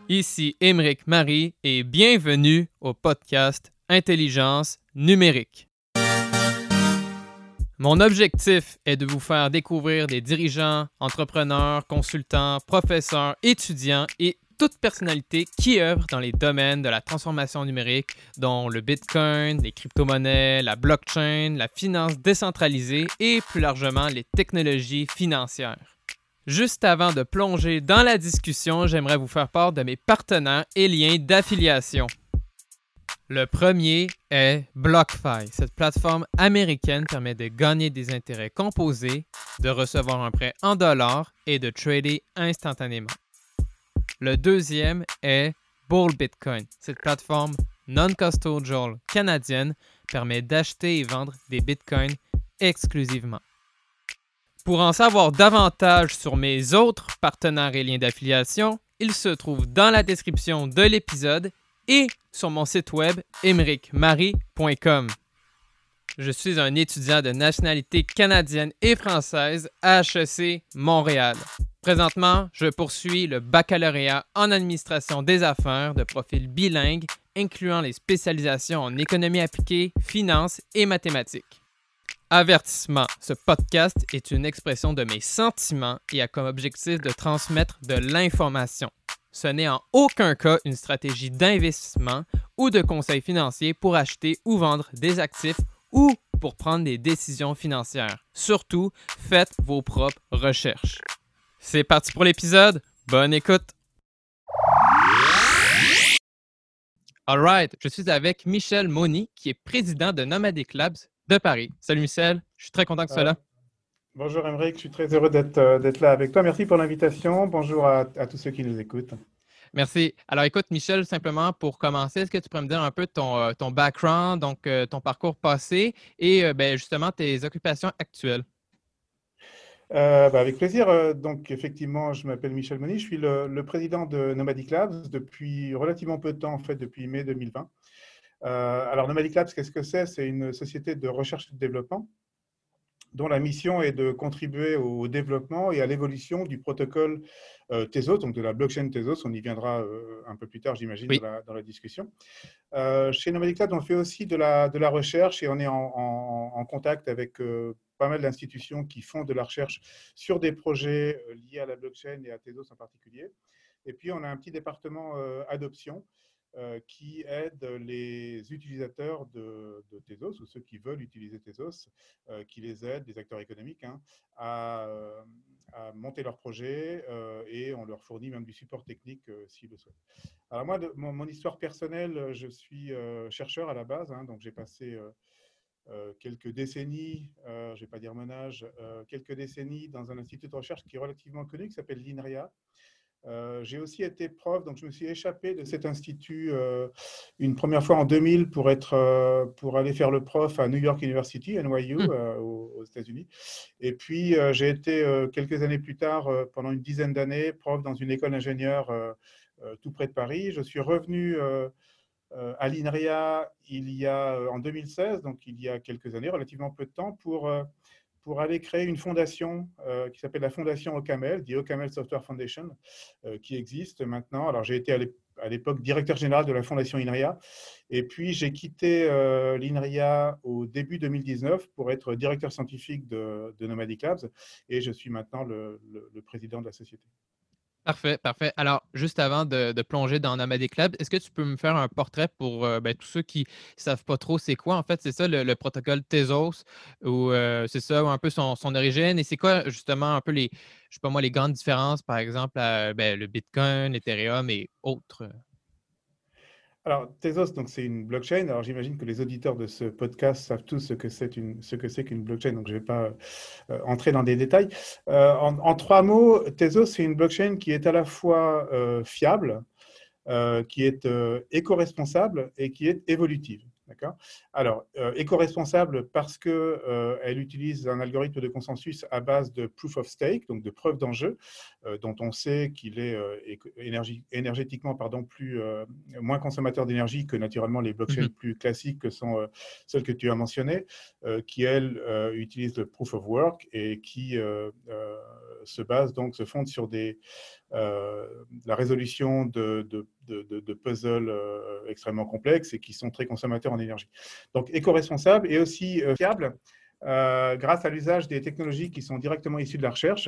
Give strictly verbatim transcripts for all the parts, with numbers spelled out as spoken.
Ici Émeric Marie et bienvenue au podcast Intelligence numérique. Mon objectif est de vous faire découvrir des dirigeants, entrepreneurs, consultants, professeurs, étudiants et toute personnalité qui œuvre dans les domaines de la transformation numérique, dont le Bitcoin, les crypto-monnaies, la blockchain, la finance décentralisée et plus largement les technologies financières. Juste avant de plonger dans la discussion, j'aimerais vous faire part de mes partenaires et liens d'affiliation. Le premier est BlockFi. Cette plateforme américaine permet de gagner des intérêts composés, de recevoir un prêt en dollars et de trader instantanément. Le deuxième est Bull Bitcoin. Cette plateforme non-custodial canadienne permet d'acheter et vendre des bitcoins exclusivement. Pour en savoir davantage sur mes autres partenaires et liens d'affiliation, ils se trouvent dans la description de l'épisode et sur mon site web émeric marie point com. Je suis un étudiant de nationalité canadienne et française à H E C Montréal. Présentement, je poursuis le baccalauréat en administration des affaires de profil bilingue, incluant les spécialisations en économie appliquée, finance et mathématiques. Avertissement, ce podcast est une expression de mes sentiments et a comme objectif de transmettre de l'information. Ce n'est en aucun cas une stratégie d'investissement ou de conseil financier pour acheter ou vendre des actifs ou pour prendre des décisions financières. Surtout, faites vos propres recherches. C'est parti pour l'épisode. Bonne écoute! Alright, je suis avec Michel Mauny, qui est président de Nomadic Labs de Paris. Salut Michel, je suis très content que tu sois là. Bonjour Émeric, je suis très heureux d'être euh, d'être là avec toi. Merci pour l'invitation. Bonjour à, à tous ceux qui nous écoutent. Merci. Alors écoute Michel, simplement pour commencer, est-ce que tu pourrais me dire un peu ton, euh, ton background, donc euh, ton parcours passé et euh, ben, justement tes occupations actuelles? Euh, bah, avec plaisir. Euh, Donc effectivement, je m'appelle Michel Mauny, je suis le, le président de Nomadic Labs depuis relativement peu de temps, en fait, depuis mai deux mille vingt. Euh, alors Nomadic Labs, qu'est-ce que c'est? C'est une société de recherche et de développement dont la mission est de contribuer au développement et à l'évolution du protocole euh, Tezos, donc de la blockchain Tezos. On y viendra euh, un peu plus tard, j'imagine, Oui. dans la, dans la discussion. Euh, chez Nomadic Labs, on fait aussi de la, de la recherche et on est en, en, en contact avec euh, pas mal d'institutions qui font de la recherche sur des projets euh, liés à la blockchain et à Tezos en particulier. Et puis, on a un petit département euh, adoption euh, qui aide les utilisateurs de, de Tezos ou ceux qui veulent utiliser Tezos, euh, qui les aide, des acteurs économiques, hein, à, à, monter leur projet euh, et on leur fournit même du support technique euh, s'ils le souhaitent. Alors moi, de, mon, mon, histoire personnelle, je suis euh, chercheur à la base, hein, donc j'ai passé euh, euh, quelques décennies, euh, je ne vais pas dire mon âge, euh, quelques décennies dans un institut de recherche qui est relativement connu, qui s'appelle l'INRIA. Euh, j'ai aussi été prof, donc je me suis échappé de cet institut euh, une première fois en deux mille pour, être, euh, pour aller faire le prof à New York University, N Y U, Hmm. euh, aux, aux États-Unis. Et puis, euh, j'ai été euh, quelques années plus tard, euh, pendant une dizaine d'années, prof dans une école d'ingénieurs euh, euh, tout près de Paris. Je suis revenu euh, euh, à l'INRIA il y a, euh, en deux mille seize, donc il y a quelques années, relativement peu de temps, pour... Euh, pour aller créer une fondation euh, qui s'appelle la Fondation OCaml, The OCaml Software Foundation, euh, qui existe maintenant. Alors, j'ai été à l'époque directeur général de la Fondation INRIA, et puis j'ai quitté euh, l'INRIA au début deux mille dix-neuf pour être directeur scientifique de, de Nomadic Labs, et je suis maintenant le, le, le président de la société. Parfait, parfait. Alors, juste avant de, de plonger dans Nomadic Lab, est-ce que tu peux me faire un portrait pour euh, ben, tous ceux qui ne savent pas trop c'est quoi? En fait, c'est ça le, le protocole Tezos, ou euh, c'est ça un peu son, son origine, et c'est quoi justement un peu les, je sais pas moi, les grandes différences, par exemple, à, ben, le Bitcoin, l'Ethereum et autres? Alors, Tezos, donc c'est une blockchain. Alors, j'imagine que les auditeurs de ce podcast savent tous ce que c'est une, ce que c'est qu'une blockchain. Donc, je ne vais pas euh, entrer dans des détails. Euh, en, en, trois mots, Tezos, c'est une blockchain qui est à la fois euh, fiable, euh, qui est euh, éco-responsable et qui est évolutive. D'accord. Alors, euh, éco-responsable parce qu'elle euh, utilise un algorithme de consensus à base de proof of stake, donc de preuve d'enjeu, euh, dont on sait qu'il est euh, énergie, énergétiquement pardon, plus, euh, moins consommateur d'énergie que naturellement les blockchains Mm-hmm. plus classiques que sont euh, celles que tu as mentionnées, euh, qui elles euh, utilisent le proof of work et qui euh, euh, se base donc, se fondent sur des euh, la résolution de, de, de, de, de puzzles euh, extrêmement complexes et qui sont très consommateurs en énergie. Donc, éco-responsable et aussi euh, fiable euh, grâce à l'usage des technologies qui sont directement issues de la recherche.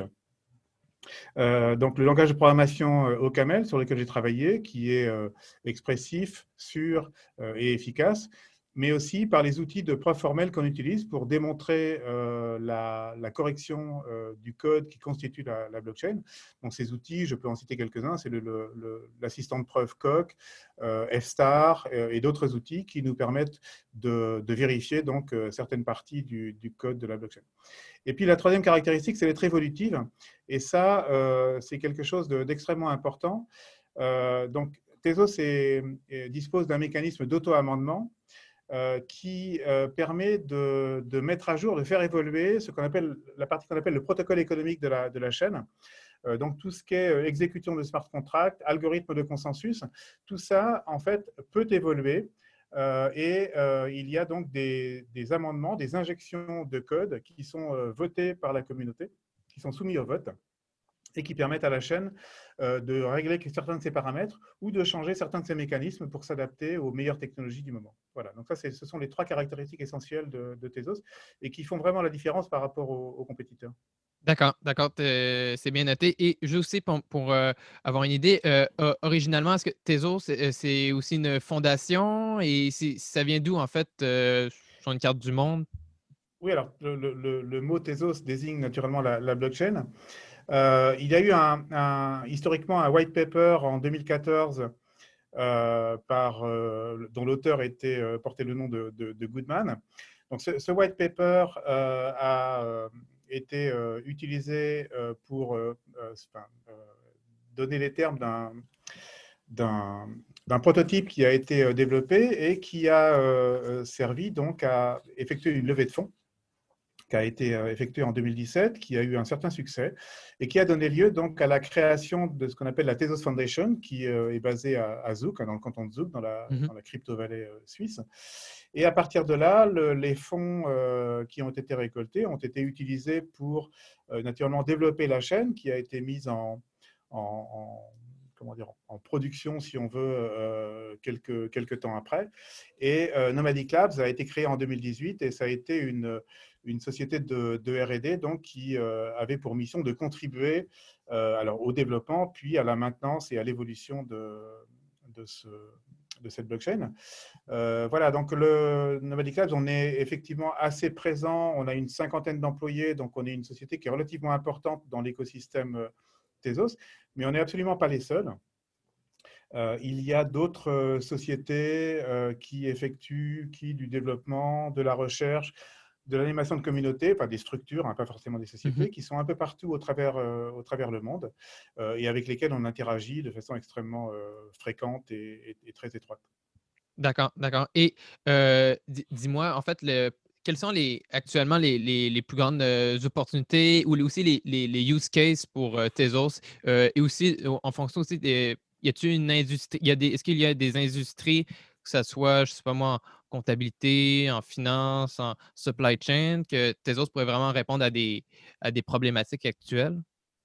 Euh, donc, le langage de programmation euh, OCaml sur lequel j'ai travaillé, qui est euh, expressif, sûr euh, et efficace, mais aussi par les outils de preuve formelle qu'on utilise pour démontrer euh, la, la, correction euh, du code qui constitue la, la, blockchain. Donc, ces outils, je peux en citer quelques-uns, c'est l'assistant le, le, de preuve Coq, euh, F star euh, et d'autres outils qui nous permettent de, de vérifier donc, euh, certaines parties du, du code de la blockchain. Et puis, la troisième caractéristique, c'est d'être évolutive. Et ça, euh, c'est quelque chose d'extrêmement important. Euh, donc, Tezos est, est, dispose d'un mécanisme d'auto-amendement euh, qui euh, permet de, de mettre à jour, de faire évoluer ce qu'on appelle, la partie qu'on appelle le protocole économique de la, de la chaîne. Euh, donc, tout ce qui est exécution de smart contracts, algorithme de consensus, tout ça, en fait, peut évoluer. Euh, et euh, il y a donc des, des, amendements, des injections de code qui sont euh, votés par la communauté, qui sont soumis au vote et qui permettent à la chaîne euh, de régler certains de ses paramètres ou de changer certains de ses mécanismes pour s'adapter aux meilleures technologies du moment. Voilà, donc ça, ce sont les trois caractéristiques essentielles de, de Tezos et qui font vraiment la différence par rapport aux, aux compétiteurs. D'accord, d'accord, c'est bien noté. Et je sais, pour, pour euh, avoir une idée, euh, originalement, est-ce que Tezos, c'est aussi une fondation et ça vient d'où, en fait, euh, sur une carte du monde? Oui, alors, le, le, le mot Tezos désigne naturellement la, la blockchain. Euh, il y a eu un, un, historiquement un white paper en deux mille quatorze euh, par, euh, dont l'auteur était euh, portait le nom de, de, de Goodman. Donc, ce, ce white paper euh, a euh, été euh, utilisé euh, pour euh, enfin, euh, donner les termes d'un d'un prototype qui a été développé et qui a euh, servi donc à effectuer une levée de fonds qui a été effectué en deux mille dix-sept, qui a eu un certain succès et qui a donné lieu donc à la création de ce qu'on appelle la Tezos Foundation, qui est basée à, à Zug, dans le canton de Zug, dans la, Mm-hmm. dans la crypto-vallée suisse. Et à partir de là, le, les fonds euh, qui ont été récoltés ont été utilisés pour euh, naturellement développer la chaîne qui a été mise en, en, en comment dire, en production, si on veut, euh, quelques, quelques temps après. Et euh, Nomadic Labs a été créé en deux mille dix-huit et ça a été une, une société de, de R et D donc, qui euh, avait pour mission de contribuer euh, alors, au développement, puis à la maintenance et à l'évolution de, de, ce, de cette blockchain. Euh, voilà, donc le Nomadic Labs, on est effectivement assez présent. On a une cinquantaine d'employés, donc on est une société qui est relativement importante dans l'écosystème Tezos, mais on n'est absolument pas les seuls. Euh, il y a d'autres euh, sociétés euh, qui effectuent qui, du développement, de la recherche, de l'animation de communautés, enfin des structures, hein, pas forcément des sociétés, mm-hmm. qui sont un peu partout au travers, euh, au travers le monde euh, et avec lesquelles on interagit de façon extrêmement euh, fréquente et, et, et très étroite. D'accord, d'accord. Et euh, dis-moi, en fait, le, quelles sont les, actuellement les, les, les plus grandes euh, opportunités ou aussi les, les, les use cases pour euh, Tezos euh, et aussi en fonction aussi des. Y a-t-il une industrie, y a des, est-ce qu'il y a des industries, que ce soit, je sais pas moi, en comptabilité, en finance, en supply chain, que Tezos pourrait vraiment répondre à des, à des problématiques actuelles?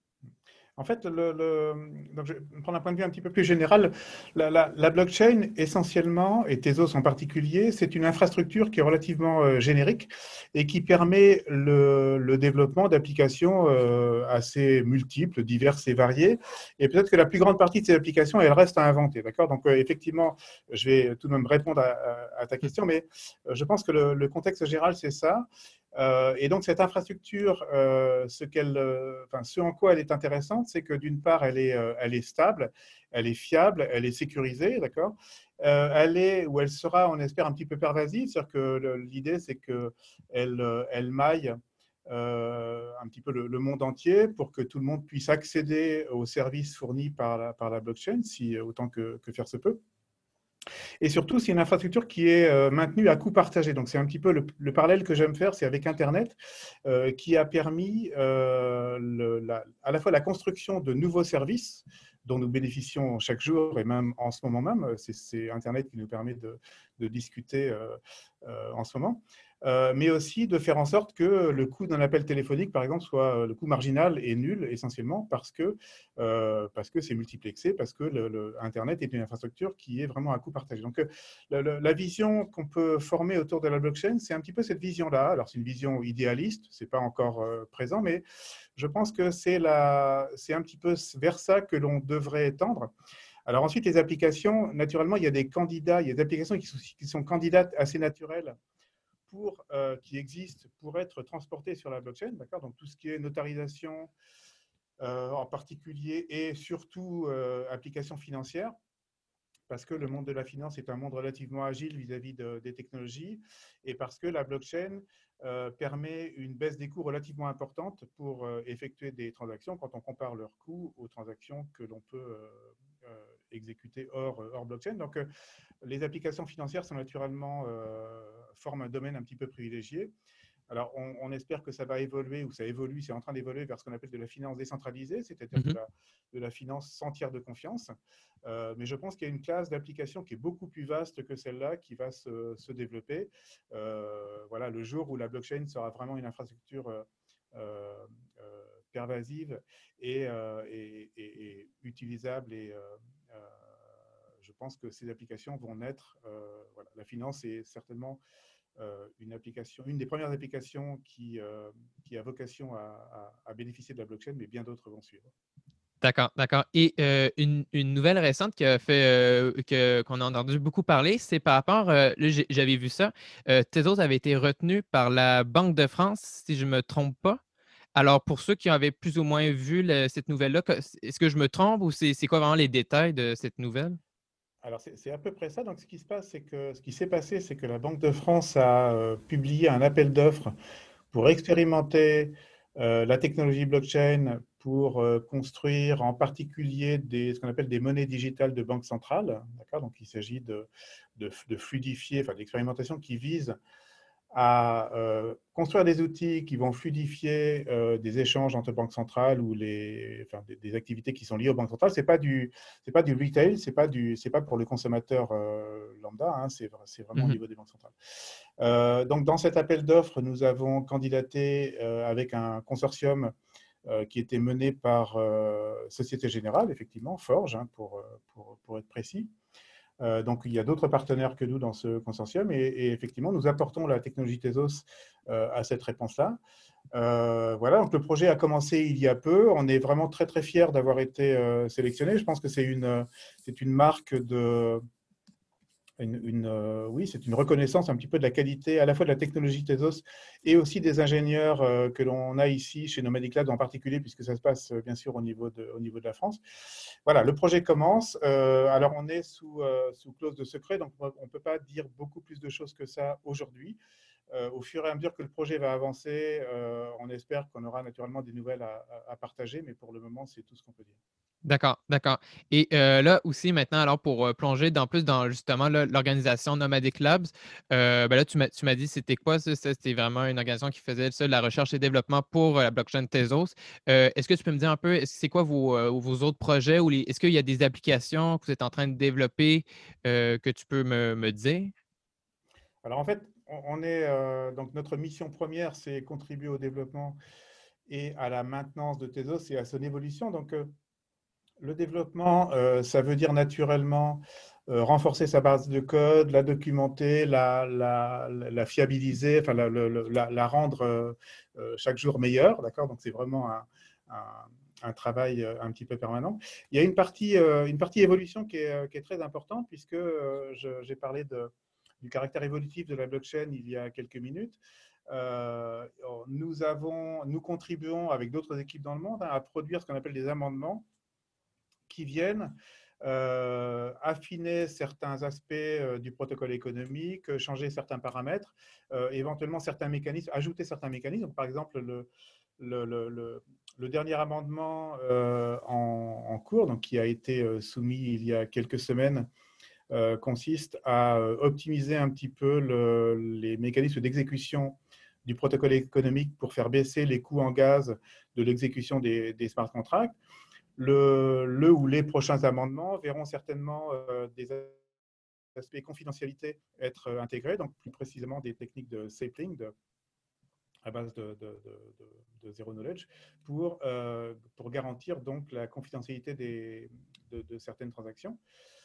En fait, le, le, donc je vais prendre un point de vue un petit peu plus général. La, la, la blockchain, essentiellement, et Tezos en particulier, c'est une infrastructure qui est relativement euh, générique et qui permet le, le développement d'applications euh, assez multiples, diverses et variées. Et peut-être que la plus grande partie de ces applications, elles restent à inventer. D'accord ? Donc, euh, effectivement, je vais tout de même répondre à, à, à ta question, mais euh, je pense que le, le contexte général, c'est ça. Euh, et donc, cette infrastructure, euh, ce, qu'elle, euh, enfin, ce en quoi elle est intéressante, c'est que d'une part, elle est, euh, elle est stable, elle est fiable, elle est sécurisée, d'accord euh, Elle est, ou elle sera, on espère, un petit peu pervasive, c'est-à-dire que l'idée, c'est qu'elle elle maille euh, un petit peu le, le monde entier pour que tout le monde puisse accéder aux services fournis par la, par la blockchain, si, autant que, que faire se peut. Et surtout, c'est une infrastructure qui est euh, maintenue à coût partagé. Donc, c'est un petit peu le, le parallèle que j'aime faire, c'est avec Internet, euh, qui a permis euh, le, la, à la fois la construction de nouveaux services dont nous bénéficions chaque jour et même en ce moment même. C'est Internet qui nous permet de, de discuter euh, euh, en ce moment. euh, mais aussi de faire en sorte que le coût d'un appel téléphonique, par exemple, soit euh, le coût marginal est nul essentiellement parce que euh, parce que c'est multiplexé, parce que le, le Internet est une infrastructure qui est vraiment à coût partagé. Donc, euh, la, la, la vision qu'on peut former autour de la blockchain, c'est un petit peu cette vision-là. Alors, c'est une vision idéaliste, c'est pas encore euh, présent, mais je pense que c'est la, c'est un petit peu vers ça que l'on devrait tendre. Alors ensuite, les applications, naturellement, il y a des candidats, il y a des applications qui sont, qui sont candidates assez naturelles pour, euh, qui existent pour être transportées sur la blockchain, d'accord. Donc tout ce qui est notarisation euh, en particulier et surtout euh, applications financières, parce que le monde de la finance est un monde relativement agile vis-à-vis de, des technologies et parce que la blockchain euh, permet une baisse des coûts relativement importante pour euh, effectuer des transactions quand on compare leurs coûts aux transactions que l'on peut euh, euh, exécuter hors, hors blockchain. Donc, euh, les applications financières sont naturellement euh, forment un domaine un petit peu privilégié. Alors, on, on, espère que ça va évoluer, ou ça évolue, c'est en train d'évoluer vers ce qu'on appelle de la finance décentralisée, c'est-à-dire de, Mhm. la, de la finance sans tiers de confiance. Euh, mais je pense qu'il y a une classe d'applications qui est beaucoup plus vaste que celle-là, qui va se, se développer. Euh, voilà, le jour où la blockchain sera vraiment une infrastructure euh, euh, pervasive et, euh, et, et, et, utilisable et euh, euh, je pense que ces applications vont naître. Euh, voilà. La finance est certainement euh, une application, une des premières applications qui, euh, qui a vocation à, à, à bénéficier de la blockchain, mais bien d'autres vont suivre. D'accord, d'accord. Et euh, une, une nouvelle récente qui a fait euh, que, qu'on a entendu beaucoup parler, c'est par rapport, euh, là, j'ai- j'avais vu ça, euh, Tezos avait été retenu par la Banque de France, si je ne me trompe pas. Alors, pour ceux qui avaient plus ou moins vu le- cette nouvelle-là, que- est-ce que je me trompe ou c'est c'est quoi vraiment les détails de cette nouvelle? Alors, c'est à peu près ça. Donc, ce qui se passe, c'est que ce qui s'est passé, c'est que la Banque de France a euh, publié un appel d'offres pour expérimenter euh, la technologie blockchain pour euh, construire en particulier des, ce qu'on appelle des monnaies digitales de banque centrale. Donc, il s'agit de, de, de, fluidifier, enfin, d'expérimentation qui vise à euh, construire des outils qui vont fluidifier euh, des échanges entre banques centrales ou les, enfin, des, des, activités qui sont liées aux banques centrales. Ce n'est pas, pas du retail, ce n'est pas, pas pour le consommateur euh, lambda, hein, c'est vraiment au Mhm. niveau des banques centrales. Euh, donc, dans cet appel d'offres, nous avons candidaté euh, avec un consortium euh, qui était mené par euh, Société Générale, effectivement, Forge, hein, pour, pour, pour être précis. Euh, donc, il y a d'autres partenaires que nous dans ce consortium et, et effectivement, nous apportons la technologie Tezos euh, à cette réponse-là. Euh, voilà, donc le projet a commencé il y a peu. On est vraiment très, très fiers d'avoir été euh, sélectionnés. Je pense que c'est une, c'est une marque de, une, une, euh, oui, c'est une reconnaissance un petit peu de la qualité à la fois de la technologie Tezos et aussi des ingénieurs euh, que l'on a ici chez Nomadic Labs en particulier, puisque ça se passe euh, bien sûr au niveau de, au niveau de la France. Voilà, le projet commence. Euh, alors, on est sous, euh, sous clause de secret, donc on ne peut pas dire beaucoup plus de choses que ça aujourd'hui. Euh, au fur et à mesure que le projet va avancer, euh, on espère qu'on aura naturellement des nouvelles à, à, à partager, mais pour le moment, c'est tout ce qu'on peut dire. D'accord, d'accord. Et euh, là aussi, maintenant, alors pour euh, plonger dans plus dans justement là, l'organisation Nomadic Labs, euh, ben là, tu m'as tu m'as dit c'était quoi ça? Ça, c'était vraiment une organisation qui faisait ça, de la recherche et développement pour euh, la blockchain Tezos. Euh, est-ce que tu peux me dire un peu, est-ce que c'est quoi vos, euh, vos autres projets ou les, est-ce qu'il y a des applications que vous êtes en train de développer euh, que tu peux me, me dire? Alors, en fait, on, on est, euh, donc notre mission première, c'est contribuer au développement et à la maintenance de Tezos et à son évolution. Donc, euh, le développement, euh, ça veut dire naturellement euh, renforcer sa base de code, la documenter, la, la, la fiabiliser, enfin la, la, la rendre euh, euh, chaque jour meilleure, d'accord. Donc c'est vraiment un, un, un, travail euh, un petit peu permanent. Il y a une partie, euh, une partie évolution qui est, qui est très importante puisque euh, j'ai parlé de, du caractère évolutif de la blockchain il y a quelques minutes. Euh, nous, avons, nous contribuons avec d'autres équipes dans le monde hein, à produire ce qu'on appelle des amendements qui viennent euh, affiner certains aspects euh, du protocole économique, changer certains paramètres, euh, éventuellement certains mécanismes, ajouter certains mécanismes. Donc, par exemple, le, le, le, le, le dernier amendement euh, en, en, cours, donc, qui a été euh, soumis il y a quelques semaines, euh, consiste à euh, optimiser un petit peu le, les mécanismes d'exécution du protocole économique pour faire baisser les coûts en gaz de l'exécution des, des smart contracts. Le, le ou les prochains amendements verront certainement euh, des aspects confidentialité être intégrés, donc plus précisément des techniques de sapling, de, à base de, de, de, de zero knowledge, pour, euh, pour garantir donc la confidentialité des, de, de certaines transactions.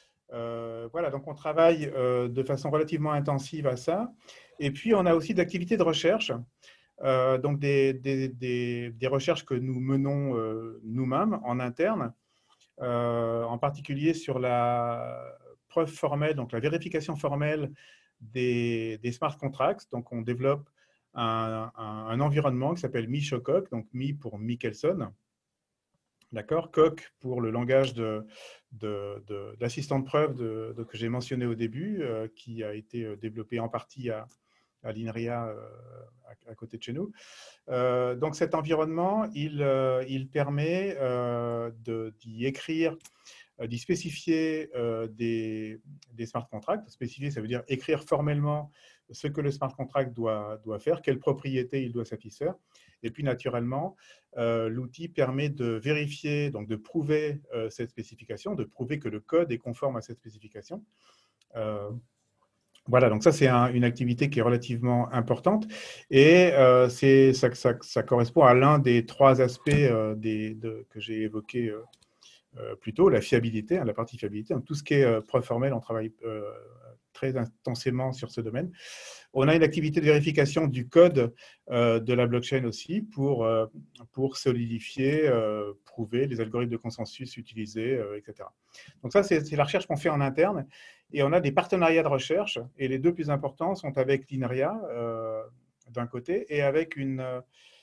Euh, voilà, donc on travaille euh, de façon relativement intensive à ça. Et puis, on a aussi d'activités de recherche, euh, donc des, des, des, des, recherches que nous menons euh, nous-mêmes en interne, euh, en particulier sur la preuve formelle, donc la vérification formelle des, des smart contracts. Donc, on développe un, un, un environnement qui s'appelle MiShoCoq, donc Mi pour Michelson, d'accord, Coq pour le langage de, de, de, d'assistant de preuve de, de, que j'ai mentionné au début, euh, qui a été développé en partie à, à l'INRIA euh, à, à côté de chez nous. Euh, donc cet environnement, il, euh, il permet euh, de, d'y écrire, euh, d'y spécifier euh, des, des smart contracts. Spécifier, ça veut dire écrire formellement ce que le smart contract doit, doit faire, quelle propriété il doit satisfaire. Et puis naturellement, euh, l'outil permet de vérifier, donc de prouver euh, cette spécification, de prouver que le code est conforme à cette spécification. Euh, Voilà, donc ça, c'est un, une activité qui est relativement importante et euh, c'est, ça, ça, ça correspond à l'un des trois aspects euh, des, de, que j'ai évoqués euh, euh, plus tôt, la fiabilité, hein, la partie fiabilité. Donc, tout ce qui est euh, preuve formelle, on travaille euh, très intensément sur ce domaine. On a une activité de vérification du code euh, de la blockchain aussi pour, euh, pour solidifier, euh, prouver les algorithmes de consensus utilisés, euh, et cetera. Donc ça, c'est, c'est la recherche qu'on fait en interne. Et on a des partenariats de recherche. Et les deux plus importants sont avec l'INRIA, euh, d'un côté, et avec une, un,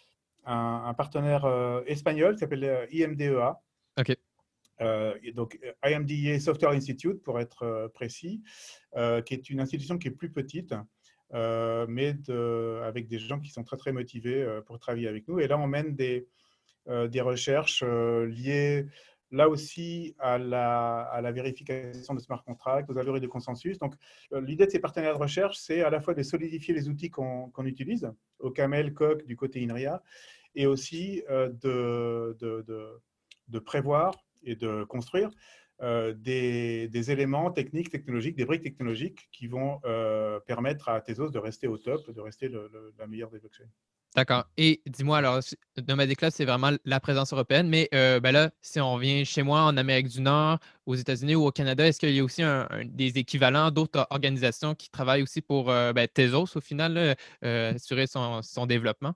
un partenaire euh, espagnol qui s'appelle I M D E A. OK. Euh, et donc, I M D E A Software Institute, pour être euh, précis, euh, qui est une institution qui est plus petite, euh, mais de, avec des gens qui sont très, très motivés euh, pour travailler avec nous. Et là, on mène des, euh, des recherches euh, liées, là aussi, à la, à la vérification de smart contracts, aux algorithmes de consensus. Donc, euh, l'idée de ces partenaires de recherche, c'est à la fois de solidifier les outils qu'on qu'on utilise, au Camel, Coq, du côté INRIA, et aussi euh, de, de, de, de prévoir et de construire euh, des, des, éléments techniques, technologiques, des briques technologiques qui vont euh, permettre à Tezos de rester au top, de rester le, le, la meilleure des blockchains. D'accord. Et dis-moi, alors, Nomadic Cloud, c'est vraiment la présence européenne, mais euh, ben là, si on revient chez moi en Amérique du Nord, aux États-Unis ou au Canada, est-ce qu'il y a aussi un, un, des équivalents d'autres organisations qui travaillent aussi pour euh, ben, Tezos, au final, là, euh, assurer son, son développement?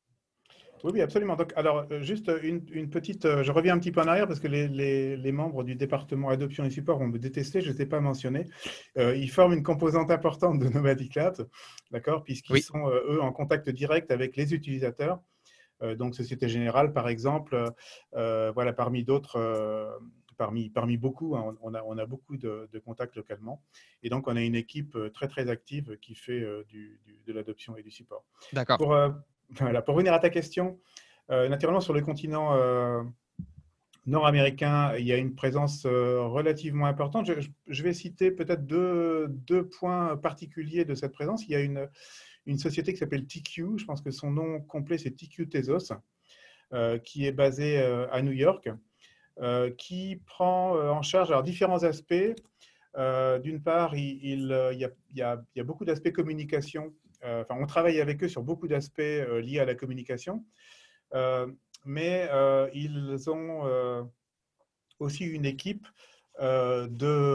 Oui, oui, absolument. Donc, alors, juste une, une petite. Je reviens un petit peu en arrière parce que les, les, les membres du département adoption et support vont me détester, je ne t'ai pas mentionné. Euh, ils forment une composante importante de Nomadic Labs, d'accord, puisqu'ils Oui. sont, euh, eux, en contact direct avec les utilisateurs. Euh, donc, Société Générale, par exemple, euh, voilà, parmi d'autres. Euh, Parmi, parmi beaucoup, hein, on, a, on a beaucoup de, de contacts localement. Et donc, on a une équipe très, très active qui fait euh, du, du, de l'adoption et du support. D'accord. Pour, euh, voilà, pour revenir à ta question, euh, naturellement, sur le continent euh, nord-américain, il y a une présence euh, relativement importante. Je, je vais citer peut-être deux, deux points particuliers de cette présence. Il y a une, une société qui s'appelle T Q, je pense que son nom complet, c'est T Q Tezos, euh, qui est basée euh, à New York, euh, qui prend euh, en charge alors, différents aspects. Euh, D'une part, il, il, il, y a, il, y a, il y a beaucoup d'aspects communication. Euh, enfin, on travaille avec eux sur beaucoup d'aspects euh, liés à la communication. Euh, mais euh, ils ont euh, aussi une équipe euh,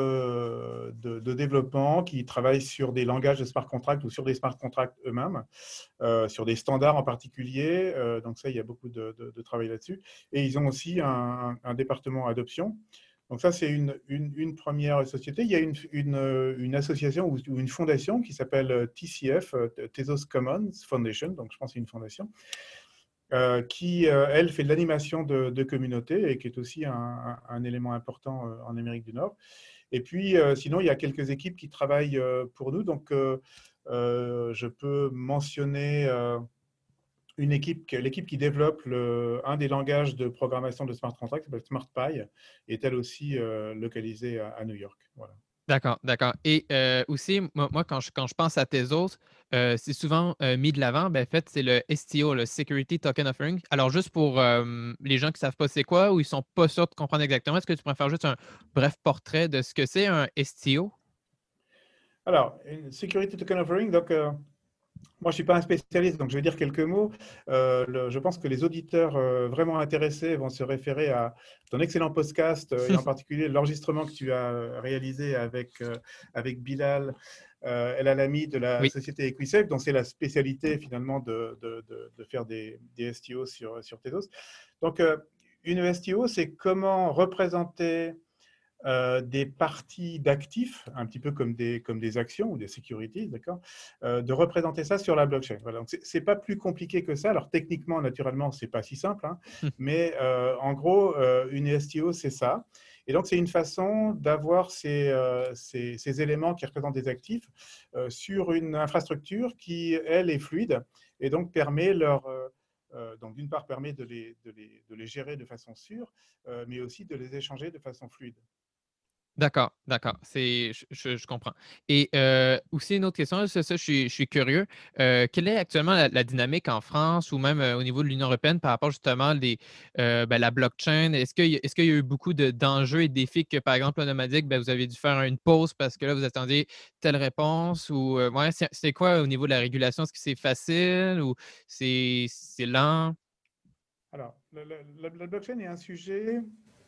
de, de, de, développement qui travaille sur des langages de smart contracts ou sur des smart contracts eux-mêmes, euh, sur des standards en particulier. Euh, donc ça, il y a beaucoup de, de, de travail là-dessus. Et ils ont aussi un, un département adoption. Donc ça, c'est une, une, une, première société. Il y a une, une, une association ou une fondation qui s'appelle T C F, Tezos Commons Foundation, donc je pense que c'est une fondation, Euh, qui, euh, elle, fait de l'animation de, de communautés et qui est aussi un, un, un élément important euh, en Amérique du Nord. Et puis, euh, sinon, il y a quelques équipes qui travaillent euh, pour nous. Donc, euh, euh, je peux mentionner euh, une équipe, l'équipe qui développe le, un des langages de programmation de smart contract, qui s'appelle SmartPy, est elle aussi euh, localisée à, à New York. Voilà. D'accord, d'accord. Et euh, aussi, moi, moi, quand, je, quand je pense à Tezos, euh, c'est souvent euh, mis de l'avant. Ben, en fait, c'est le S T O, le Security Token Offering. Alors, juste pour euh, les gens qui ne savent pas c'est quoi ou ils ne sont pas sûrs de comprendre exactement, est-ce que tu pourrais faire juste un bref portrait de ce que c'est un S T O? Alors, une Security Token Offering, donc, euh, moi, je ne suis pas un spécialiste, donc je vais dire quelques mots. Euh, le- je pense que les auditeurs euh, vraiment intéressés vont se référer à ton excellent podcast euh, et en particulier l'enregistrement que tu as euh, réalisé avec, euh, avec Bilal euh, El Alami de la Oui, société Equisafe, dont c'est la spécialité finalement de, de- de- de faire des, des S T O sur, sur Tezos. Donc, euh, une S T O, c'est comment représenter euh, des parties d'actifs, un petit peu comme des, comme des actions ou des securities, d'accord, euh, de représenter ça sur la blockchain. Voilà. Donc, c'est pas plus compliqué que ça. Alors, techniquement, naturellement, c'est pas si simple, hein, mais euh, en gros, euh, une S T O, c'est ça. Et donc, c'est une façon d'avoir ces, euh, ces, ces, éléments qui représentent des actifs euh, sur une infrastructure qui, elle, est fluide et donc permet leur. Euh, euh, donc, d'une part, permet de les, de, les, de les gérer de façon sûre, euh, mais aussi de les échanger de façon fluide. d'accord, d'accord. C'est, je, je- je comprends. Et euh, aussi une autre question, c'est ça, je suis, je suis curieux. Euh, quelle est actuellement la, la dynamique en France ou même euh, au niveau de l'Union européenne par rapport justement des, euh, ben, la blockchain? Est-ce qu'il y, a- est-ce qu'il y a eu beaucoup de- d'enjeux et de défis que, par exemple, le Nomadic, ben, vous avez dû faire une pause parce que là, vous attendiez telle réponse ou euh, ouais, c'est c'est quoi au niveau de la régulation? Est-ce que c'est facile ou c'est c'est lent? Alors, la, la- la- la blockchain est un sujet,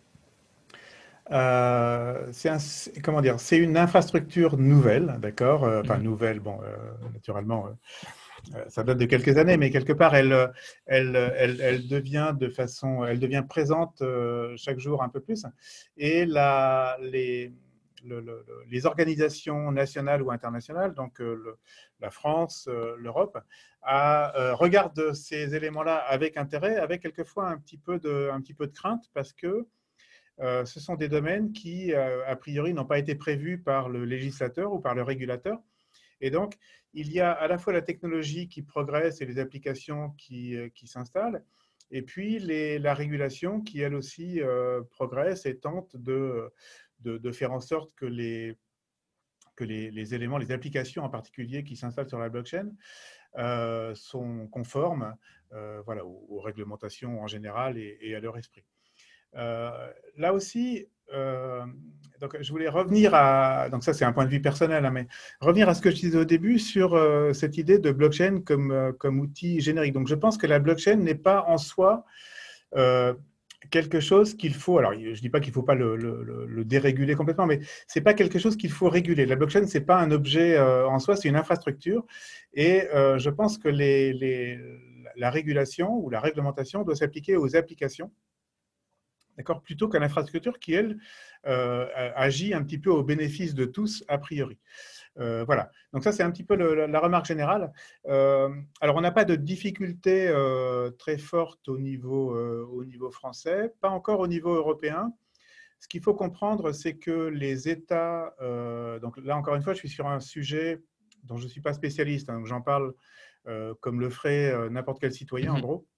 euh, c'est un- c'est- comment dire, c'est une infrastructure nouvelle, d'accord? Euh, Enfin, Mhm. nouvelle, bon, euh, naturellement, euh, euh, ça date de quelques années, mais quelque part, elle, euh, elle, euh, elle, elle devient de façon, elle devient présente euh, chaque jour un peu plus. Et la, les, le- le- le- les organisations nationales ou internationales, donc euh, le- la France, euh, l'Europe, a, euh, regardent ces éléments-là avec intérêt, avec quelquefois un petit peu de, un petit peu de crainte, parce que euh, ce sont des domaines qui, euh, a priori, n'ont pas été prévus par le législateur ou par le régulateur. Et donc, il y a à la fois la technologie qui progresse et les applications qui, euh, qui s'installent, et puis les, la régulation qui, elle aussi, euh, progresse et tente de, de, de, faire en sorte que les, que les, les, éléments, les applications en particulier qui s'installent sur la blockchain euh, sont conformes euh, voilà, aux, aux, réglementations en général et, et à leur esprit. Euh, là aussi, euh, donc je voulais revenir à, donc ça c'est un point de vue personnel, hein, mais revenir à ce que je disais au début sur euh, cette idée de blockchain comme, euh, comme outil générique. Donc je pense que la blockchain n'est pas en soi euh, quelque chose qu'il faut, alors je ne dis pas qu'il ne faut pas le, le, le, déréguler complètement, mais ce n'est pas quelque chose qu'il faut réguler. La blockchain, ce n'est pas un objet euh, en soi, c'est une infrastructure. Et euh, je pense que les, les, la régulation ou la réglementation doit s'appliquer aux applications, d'accord, plutôt qu'à l'infrastructure qui, elle, euh, agit un petit peu au bénéfice de tous, a priori. Euh, voilà, donc ça c'est un petit peu le, la remarque générale. Euh, alors on n'a pas de difficulté euh, très forte au niveau, euh, au niveau français, pas encore au niveau européen. Ce qu'il faut comprendre, c'est que les États, euh, donc là encore une fois, je suis sur un sujet dont je ne suis pas spécialiste, hein, donc j'en parle euh, comme le ferait euh, n'importe quel citoyen en Mhm. gros.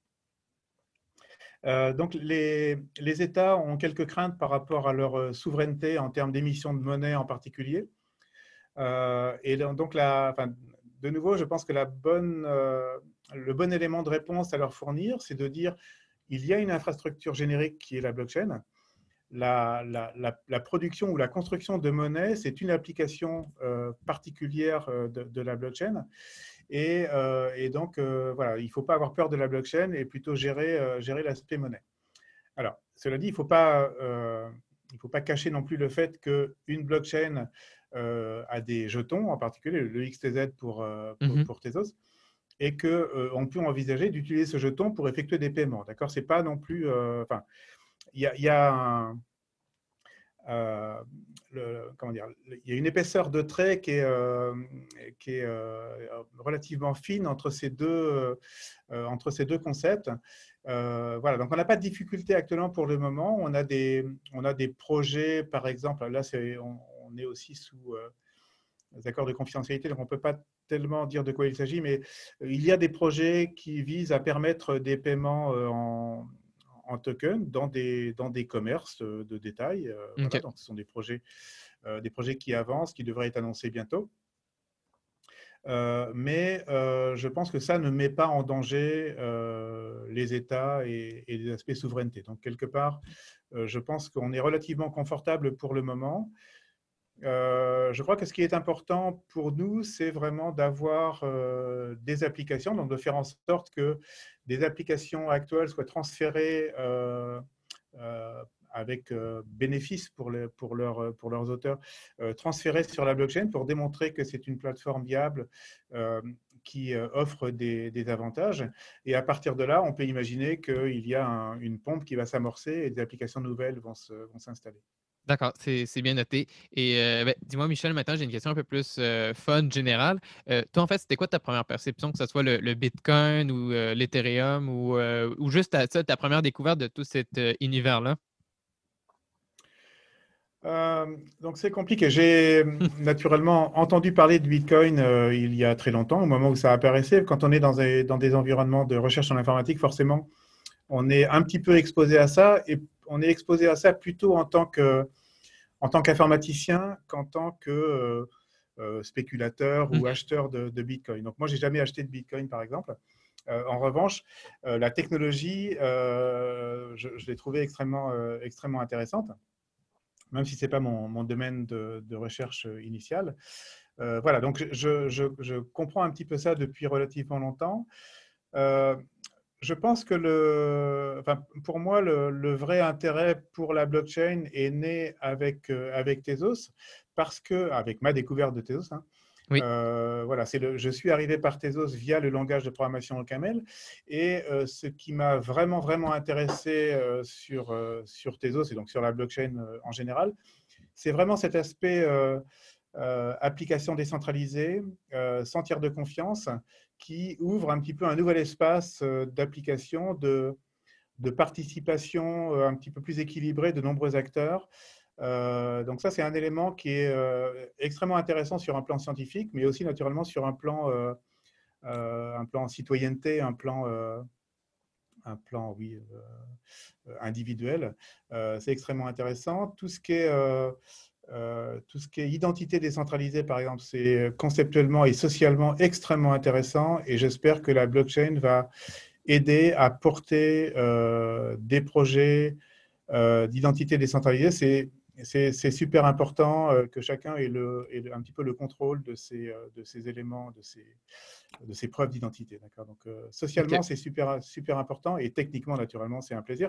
Euh, donc les, les, États ont quelques craintes par rapport à leur euh, souveraineté en termes d'émission de monnaie en particulier. Euh, et donc, la, enfin, de nouveau, je pense que la bonne, euh, le bon élément de réponse à leur fournir, c'est de dire il y a une infrastructure générique qui est la blockchain. La, la, la, la production ou la construction de monnaie, c'est une application euh, particulière de, de, la blockchain. Et, euh, et donc, euh, voilà, il ne faut pas avoir peur de la blockchain et plutôt gérer, euh, gérer l'aspect monnaie. Alors, cela dit, il ne faut pas, euh, il faut pas cacher non plus le fait qu'une blockchain euh, a des jetons, en particulier le X T Z pour, euh, pour, Mhm. pour Tezos, et qu'on euh, peut envisager d'utiliser ce jeton pour effectuer des paiements. D'accord? C'est pas non plus. Enfin, euh, il y a, y a un, euh, le, comment dire, il y a une épaisseur de trait qui est, euh, qui est euh, relativement fine entre ces deux, euh, entre ces deux concepts. Euh, voilà, donc on n'a pas de difficulté actuellement pour le moment. On a des, on a des projets, par exemple, là c'est, on, on est aussi sous euh, des accords de confidentialité, donc on ne peut pas tellement dire de quoi il s'agit, mais il y a des projets qui visent à permettre des paiements euh, en, en token dans des, dans des commerces de détail. Euh, voilà, OK. donc ce sont des projets, euh, des projets qui avancent, qui devraient être annoncés bientôt. Euh, mais euh, je pense que ça ne met pas en danger euh, les États et, et les aspects souveraineté. Donc, quelque part, euh, je pense qu'on est relativement confortable pour le moment. Euh, je crois que ce qui est important pour nous, c'est vraiment d'avoir euh, des applications, donc de faire en sorte que des applications actuelles soient transférées euh, euh, avec euh, bénéfice pour, les, pour, leur, pour leurs auteurs, euh, transférées sur la blockchain pour démontrer que c'est une plateforme viable euh, qui euh, offre des, des, avantages. Et à partir de là, on peut imaginer qu'il y a un, une pompe qui va s'amorcer et des applications nouvelles vont s'installer. D'accord, c'est c'est bien noté. Et euh, ben, dis-moi, Michel, maintenant, j'ai une question un peu plus euh, fun, générale. Euh, toi, en fait, c'était quoi ta première perception, que ce soit le, le Bitcoin ou euh, l'Ethereum ou, euh, ou juste ta, ça, ta première découverte de tout cet euh, univers-là? Euh, donc c'est compliqué. J'ai naturellement entendu parler de Bitcoin euh, il y a très longtemps, au moment où ça apparaissait. Quand on est dans des, dans des environnements de recherche en informatique, forcément, on est un petit peu exposé à ça, et on est exposé à ça plutôt en tant que, en tant qu'informaticien qu'en tant que euh, euh, spéculateur ou acheteur de, de Bitcoin. Donc moi, j'ai jamais acheté de Bitcoin, par exemple. Euh, en revanche, euh, la technologie, euh, je, je l'ai trouvée extrêmement, euh, extrêmement intéressante, même si ce n'est pas mon, mon domaine de, de, recherche initial. Euh, voilà, donc je, je, je, comprends un petit peu ça depuis relativement longtemps. Euh, je pense que le, enfin, pour moi, le, le, vrai intérêt pour la blockchain est né avec, euh, avec Tezos, parce que, avec ma découverte de Tezos, hein, Oui. euh, voilà, c'est le, je suis arrivé par Tezos via le langage de programmation OCaml, et euh, ce qui m'a vraiment, vraiment intéressé euh, sur, euh, sur Tezos, et donc sur la blockchain euh, en général, c'est vraiment cet aspect euh, euh, application décentralisée, euh, sans tiers de confiance, qui ouvre un petit peu un nouvel espace euh, d'application, de, de participation euh, un petit peu plus équilibrée de nombreux acteurs. Euh, donc ça, c'est un élément qui est euh, extrêmement intéressant sur un plan scientifique, mais aussi naturellement sur un plan, euh, euh, un plan citoyenneté, un plan, euh, un plan oui, euh, individuel. Euh, c'est extrêmement intéressant. Tout ce qui est euh, euh, tout ce qui est identité décentralisée, par exemple, c'est conceptuellement et socialement extrêmement intéressant, et j'espère que la blockchain va aider à porter euh, des projets euh, d'identité décentralisée. C'est c'est super important euh, que chacun ait, le, ait le, un petit peu le contrôle de ces, euh, de ces éléments, de ces, de ces preuves d'identité. D'accord. Donc, euh, OK. socialement, c'est super, super important, et techniquement, naturellement, c'est un plaisir.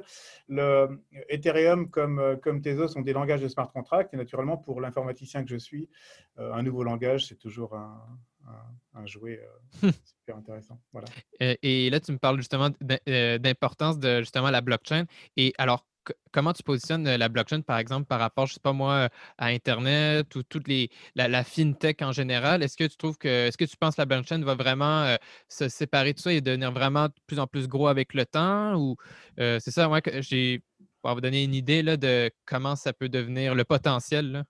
Le Ethereum comme, euh, comme Tezos sont des langages de smart contract, et naturellement, pour l'informaticien que je suis, euh, un nouveau langage, c'est toujours un, un, un jouet euh, super intéressant. Voilà. Euh, et là, tu me parles justement d'im- euh, d'importance de justement la blockchain. Et alors, c- comment tu positionnes euh, la blockchain, par exemple, par rapport, je sais pas moi, à Internet ou toute les, la, la fintech en général? Est-ce que tu trouves que, est-ce que tu penses que la blockchain va vraiment euh, se séparer de ça et devenir vraiment de plus en plus gros avec le temps? Ou euh, c'est ça, moi, que j'ai, pour vous donner une idée là, de comment ça peut devenir le potentiel, là.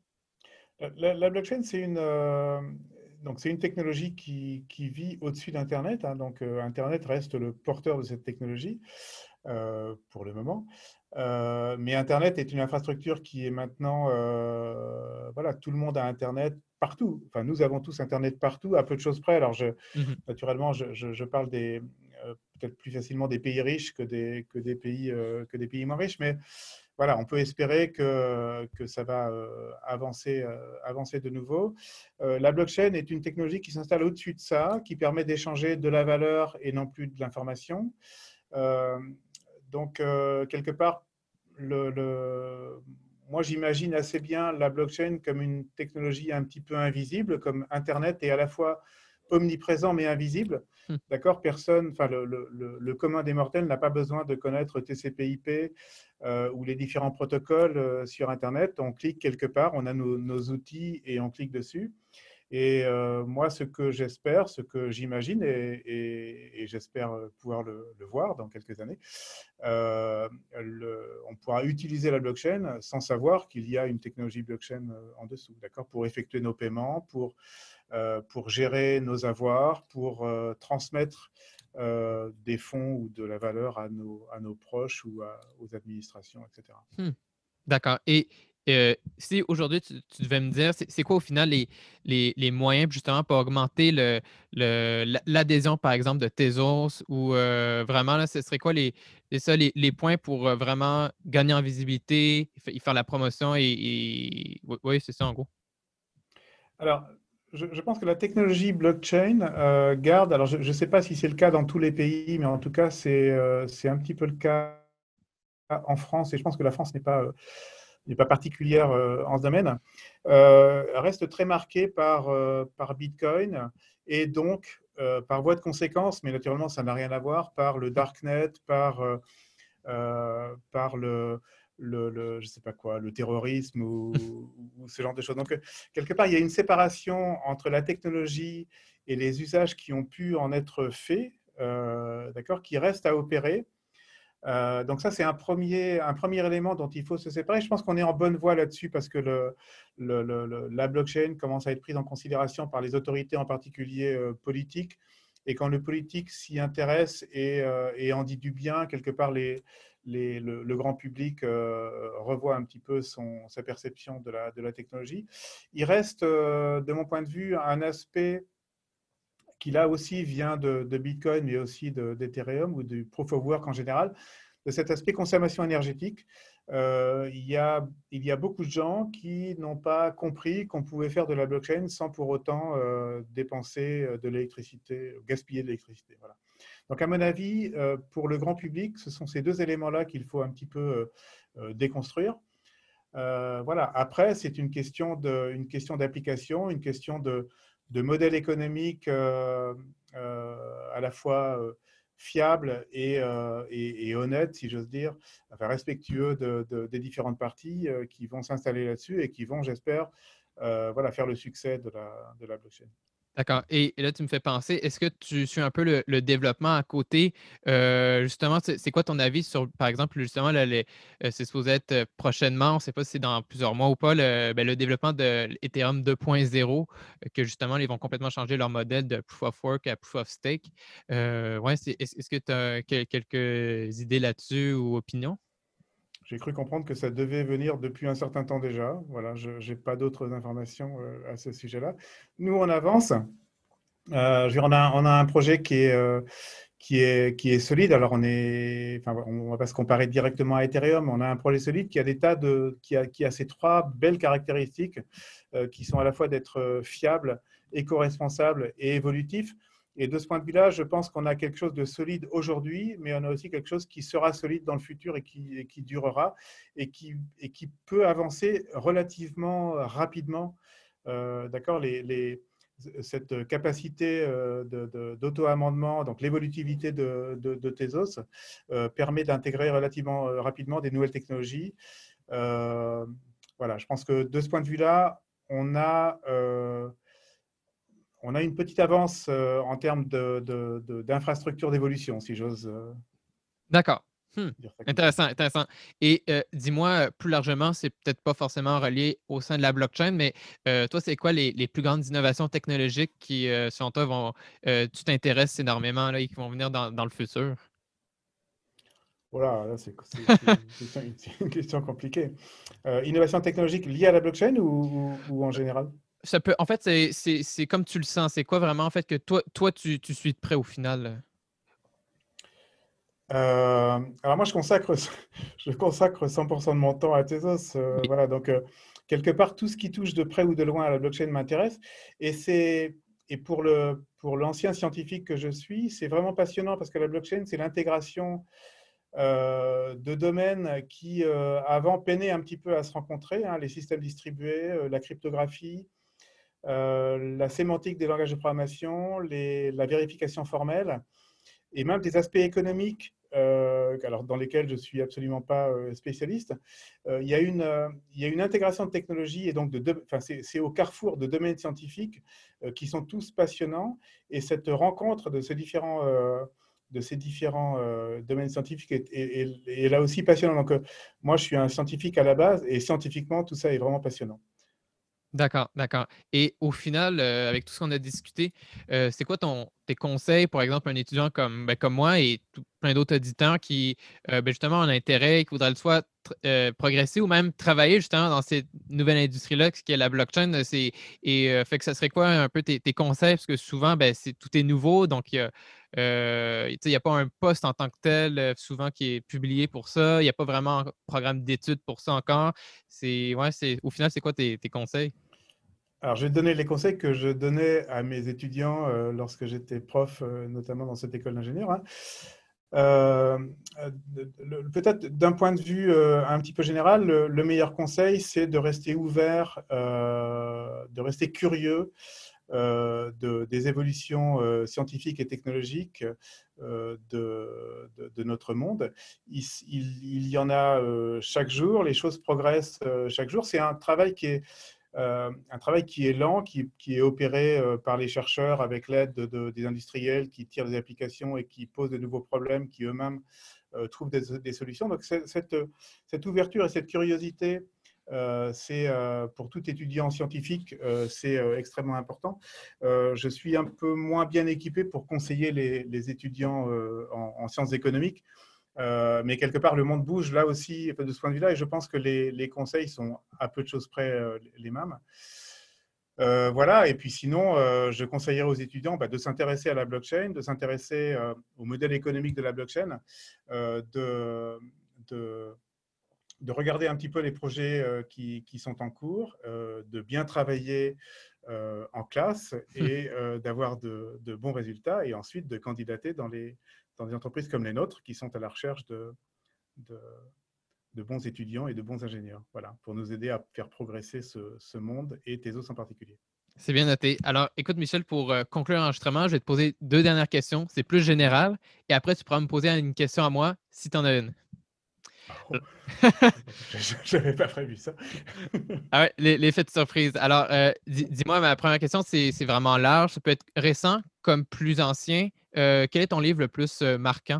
La, la blockchain, c'est une, euh, donc c'est une technologie qui, qui vit au-dessus d'Internet, hein. Donc, euh, Internet reste le porteur de cette technologie euh, pour le moment. Euh, mais Internet est une infrastructure qui est maintenant, euh, voilà, tout le monde a Internet partout. Enfin, nous avons tous Internet partout, à peu de choses près. Alors, je, Mhm. naturellement, je, je, je parle des, euh, peut-être plus facilement des pays riches que des, que des, pays, euh, que des pays moins riches, mais voilà, on peut espérer que, que ça va euh, avancer, euh, avancer de nouveau. Euh, la blockchain est une technologie qui s'installe au-dessus de ça, qui permet d'échanger de la valeur et non plus de l'information. Euh, donc, euh, quelque part, le, le... moi, j'imagine assez bien la blockchain comme une technologie un petit peu invisible, comme Internet est à la fois omniprésent mais invisible. Hmm. D'accord. Personne, enfin, le, le, le, commun des mortels n'a pas besoin de connaître T C P/I P euh, ou les différents protocoles euh, sur Internet. On clique quelque part, on a nos, nos outils et on clique dessus. Et euh, moi, ce que j'espère, ce que j'imagine, et, et, et j'espère pouvoir le, le, voir dans quelques années, euh, le, on pourra utiliser la blockchain sans savoir qu'il y a une technologie blockchain en dessous, d'accord, pour effectuer nos paiements, pour, euh, pour gérer nos avoirs, pour euh, transmettre euh, des fonds ou de la valeur à nos, à nos proches ou à, aux administrations, et cetera. Hmm. D'accord. Et euh, si aujourd'hui, tu, tu devais me dire, c'est c'est quoi au final les, les, les moyens justement pour augmenter le, le, la- l'adhésion, par exemple, de Tezos ou euh, vraiment, là, ce serait quoi les, C'est ça les les points pour, heu, vraiment gagner en visibilité, f y faire la promotion et et oui, oui, c'est ça en gros. Alors, je je pense que la technologie blockchain, heu, garde alors je ne sais pas si c'est le cas dans tous les pays, mais en tout cas, c'est, heu, c'est un petit peu le cas en France et je pense que la France n'est pas, heu, n'est pas particulière, heu, en ce domaine, heu, reste très marquée par, heu, par Bitcoin et donc, heu, par voie de conséquence, mais naturellement ça n'a rien à voir, par le darknet, par, heu heu, par le le le je sais pas quoi, le terrorisme ou ou ce genre de choses. Donc, heu, quelque part, il y a une séparation entre la technologie et les usages qui ont pu en être faits, heu, d'accord, qui restent à opérer. Heu, donc ça, c'est un premier un premier élément dont il faut se séparer. Je pense qu'on est en bonne voie là-dessus parce que le le le le la blockchain commence à être prise en considération par les autorités, en particulier, heu, politiques et quand le politique s'y intéresse et heu et en dit du bien, quelque part les les le le grand public, heu, revoit un petit peu son sa perception de la de la technologie. Il reste, heu, de mon point de vue, un aspect qui là aussi vient de de Bitcoin, mais aussi de d'Ethereum ou du Proof of Work en général, de cet aspect consommation énergétique. Euh, il, y a, il y a beaucoup de gens qui n'ont pas compris qu'on pouvait faire de la blockchain sans pour autant euh, dépenser euh, de l'électricité, gaspiller de l'électricité. Voilà. Donc, à mon avis, euh, pour le grand public, ce sont ces deux éléments-là qu'il faut un petit peu euh, déconstruire. Euh, voilà. Après, c'est une question de, une question d'application, une question de, de modèle économique euh, euh, à la fois euh, fiable et, euh, et, et honnête, si j'ose dire, enfin respectueux de, de, des différentes parties euh, qui vont s'installer là-dessus et qui vont, j'espère, euh, voilà, faire le succès de la, de la blockchain. D'accord et et là, tu me fais penser, est-ce que tu suis un peu le le développement à côté? Heu, justement, c'est c'est quoi ton avis sur, par exemple, justement, là, les heu, c'est supposé être, heu, prochainement, on ne sait pas si c'est dans plusieurs mois ou pas, le, ben, le développement de l'Ethereum deux point zéro, heu, que justement, ils vont complètement changer leur modèle de Proof of Work à Proof of Stake. Heu, ouais, c'est est-ce est-ce que tu as quelques idées là-dessus ou opinions? J'ai cru comprendre que ça devait venir depuis un certain temps déjà. Voilà, je n'ai pas d'autres informations euh, à ce sujet-là. Nous, on avance. Euh, je veux dire, on a, on a un projet qui est, euh, qui est, qui est solide. Alors, on est, enfin, on ne va pas se comparer directement à Ethereum. On a un projet solide qui a des tas de, qui a, qui a ces trois belles caractéristiques euh, qui sont à la fois d'être euh, fiable, éco-responsable et évolutif. Et de ce point de vue-là, je pense qu'on a quelque chose de solide aujourd'hui, mais on a aussi quelque chose qui sera solide dans le futur et qui, et qui durera et qui, et qui peut avancer relativement rapidement. Euh, D'accord, les, les cette capacité euh, d'auto-amendement, donc l'évolutivité de, de, de Tezos, euh, permet d'intégrer relativement euh, rapidement des nouvelles technologies. Euh, voilà, je pense que de ce point de vue-là, on a, euh, on a une petite avance euh, en termes d'infrastructure de, de, d'évolution, si j'ose euh, D'accord. Mmh. dire ça comme ça. Intéressant, intéressant. Et heu, dis-moi, heu, plus largement, c'est peut-être pas forcément relié au sein de la blockchain, mais heu, toi, c'est quoi les les plus grandes innovations technologiques qui, heu, selon toi, vont heu, tu t'intéresses énormément là et qui vont venir dans dans le futur? Voilà, là, c'est c'est- c'est une question, c'est une question compliquée. Euh, innovation technologique liée à la blockchain ou, ou, ou en général? Ça peut en fait, c'est c'est c'est comme tu le sens. C'est quoi vraiment, en fait, que toi toi, tu tu suis de près au final? Euh, alors moi, je consacre, je consacre cent pour cent de mon temps à Tezos. Euh, Oui. voilà, donc euh, quelque part, tout ce qui touche de près ou de loin à la blockchain m'intéresse. Et c'est et pour le pour l'ancien scientifique que je suis, c'est vraiment passionnant parce que la blockchain, c'est l'intégration euh, de domaines qui euh, avant peinaient un petit peu à se rencontrer, hein, les systèmes distribués, euh, la cryptographie, euh, la sémantique des langages de programmation, les, la vérification formelle et même des aspects économiques, euh, alors dans lesquels je ne suis absolument pas euh, spécialiste. Euh, il, y a une, euh, il y a une intégration de technologies et donc de, de enfin, c'est au carrefour de domaines scientifiques euh, qui sont tous passionnants et cette rencontre de ces différents, euh, de ces différents euh, domaines scientifiques est, est, est, est, là aussi passionnant. Donc euh, moi, je suis un scientifique à la base et scientifiquement, tout ça est vraiment passionnant. D'accord, d'accord. Et au final, heu, avec tout ce qu'on a discuté, heu, c'est quoi ton tes conseils, par exemple, un étudiant comme, ben, comme moi et tout- plein d'autres auditeurs qui, euh, ben, justement, ont un intérêt, qui voudraient soit tr- euh, progresser ou même travailler justement dans cette nouvelle industrie-là, qui est la blockchain. euh, C'est, et euh, fait que ça serait quoi un peu tes, tes conseils? Parce que souvent, ben, c'est, tout est nouveau, donc il y a, euh, tu sais, il n'y a pas un poste en tant que tel, euh, souvent, qui est publié pour ça. Il n'y a pas vraiment un programme d'études pour ça encore. C'est, ouais, c'est, au final, c'est quoi tes, tes conseils? Alors, je vais te donner les conseils que je donnais à mes étudiants euh, lorsque j'étais prof, euh, notamment dans cette école d'ingénieur, hein. Euh, euh, le- Peut-être d'un point de vue euh, un petit peu général, le, le meilleur conseil, c'est de rester ouvert, euh, de rester curieux euh, de, des évolutions euh, scientifiques et technologiques euh, de, de- de notre monde. Il, il- il y en a euh, chaque jour, les choses progressent euh, chaque jour. C'est un travail qui est euh, un travail qui est lent, qui, qui est opéré euh, par les chercheurs avec l'aide de, de, des industriels qui tirent des applications et qui posent de nouveaux problèmes, qui eux-mêmes euh, trouvent des, des, solutions. Donc cette, cette, ouverture et cette curiosité, euh, c'est euh, pour tout étudiant scientifique, euh, c'est euh, extrêmement important. Euh, je suis un peu moins bien équipé pour conseiller les, les étudiants euh, en, en sciences économiques. Euh, mais quelque part, le monde bouge là aussi de ce point de vue-là, et je pense que les, les conseils sont à peu de choses près euh, les mêmes. Euh, voilà, et puis sinon, euh, je conseillerais aux étudiants bah, de s'intéresser à la blockchain, de s'intéresser euh, au modèle économique de la blockchain, euh, de, de, de, regarder un petit peu les projets euh, qui, qui, sont en cours, euh, de bien travailler euh, en classe et euh, d'avoir de, de bons résultats, et ensuite de candidater dans, les, dans des entreprises comme les nôtres qui sont à la recherche de, de, de bons étudiants et de bons ingénieurs, voilà, pour nous aider à faire progresser ce, ce monde et Tezos en particulier. C'est bien noté. Alors, écoute, Michel, pour euh, conclure l'enregistrement, je vais te poser deux dernières questions. C'est plus général. Et après, tu pourras me poser une question à moi si tu en as une. Oh, je n'avais pas prévu ça. Ah ouais, les- l'effet de surprise. Alors, euh, dis- dis-moi, ma première question, c'est c'est vraiment large. Ça peut être récent comme plus ancien. Euh, quel est ton livre le plus euh, marquant?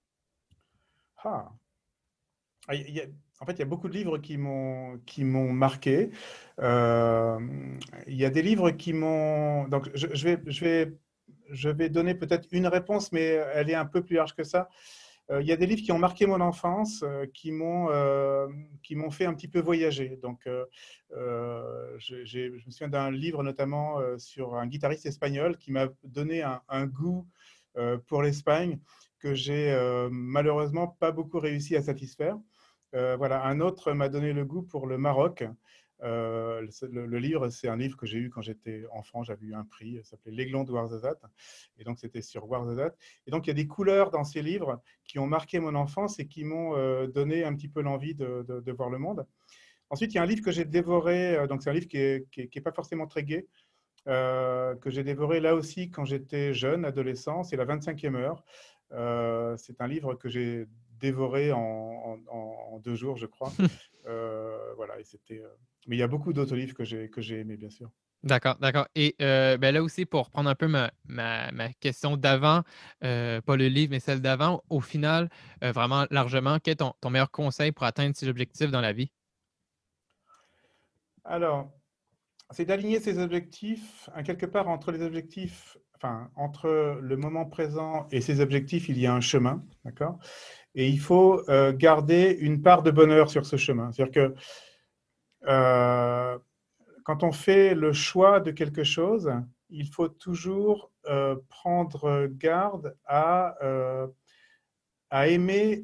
Ah. Il y a, en fait, il y a beaucoup de livres qui m'ont qui m'ont marqué. Euh, il y a des livres qui m'ont. Donc, je, je vais je vais je vais donner peut-être une réponse, mais elle est un peu plus large que ça. Euh, il y a des livres qui ont marqué mon enfance, euh, qui m'ont euh, qui m'ont fait un petit peu voyager. Donc, euh, euh, j'ai- j'ai- je me souviens d'un livre notamment euh, sur un guitariste espagnol qui m'a donné un, un goût euh, pour l'Espagne que j'ai euh, malheureusement pas beaucoup réussi à satisfaire. Euh, voilà, un autre m'a donné le goût pour le Maroc. Euh, le, le, livre, c'est un livre que j'ai eu quand j'étais enfant. J'avais eu un prix, ça s'appelait L'Aiglon de Ouarzazate. Et donc, c'était sur Ouarzazate. Et donc, il y a des couleurs dans ces livres qui ont marqué mon enfance et qui m'ont euh, donné un petit peu l'envie de, de, de, voir le monde. Ensuite, il y a un livre que j'ai dévoré. Euh, donc, c'est un livre qui n'est qui est, qui est pas forcément très gai, euh, que j'ai dévoré là aussi quand j'étais jeune, adolescent. C'est La vingt-cinquième heure. Euh, c'est un livre que j'ai dévoré en, en, en, deux jours, je crois. Euh, voilà, et c'était. Euh... Mais il y a beaucoup d'autres livres que j'ai que j'ai aimés, bien sûr. D'accord, d'accord. Et euh, ben là aussi, pour reprendre un peu ma, ma, ma question d'avant, euh, pas le livre, mais celle d'avant, au final, euh, vraiment largement, quel est ton, ton meilleur conseil pour atteindre ses objectifs dans la vie? Alors, c'est d'aligner ses objectifs, hein, quelque part entre les objectifs, enfin, entre le moment présent et ses objectifs, il y a un chemin, d'accord? Et il faut euh, garder une part de bonheur sur ce chemin. C'est-à-dire que euh, quand on fait le choix de quelque chose, il faut toujours euh, prendre garde à, euh, à aimer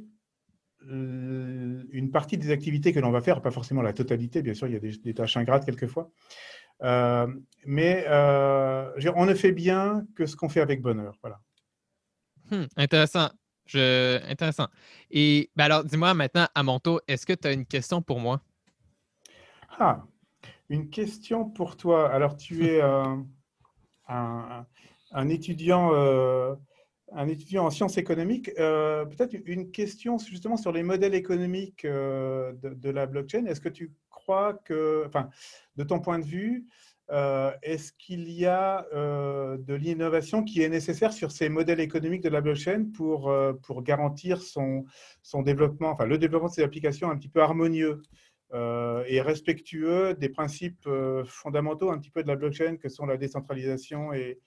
une partie des activités que l'on va faire, pas forcément la totalité, bien sûr, il y a des, des tâches ingrates quelquefois, euh, mais euh, on ne fait bien que ce qu'on fait avec bonheur. Voilà. Hmm, intéressant. Je... Intéressant. Et ben alors, dis-moi maintenant, à mon tour, est-ce que tu as une question pour moi? Ah, une question pour toi. Alors, tu es euh, un, un, étudiant, euh, un étudiant en sciences économiques. Euh, peut-être une question justement sur les modèles économiques euh, de, de, la blockchain. Est-ce que tu crois que, enfin, de ton point de vue, euh, est-ce qu'il y a euh, de l'innovation qui est nécessaire sur ces modèles économiques de la blockchain pour, euh, pour garantir son, son développement, enfin le développement de ces applications un petit peu harmonieux euh, et respectueux des principes euh, fondamentaux un petit peu de la blockchain que sont la décentralisation et,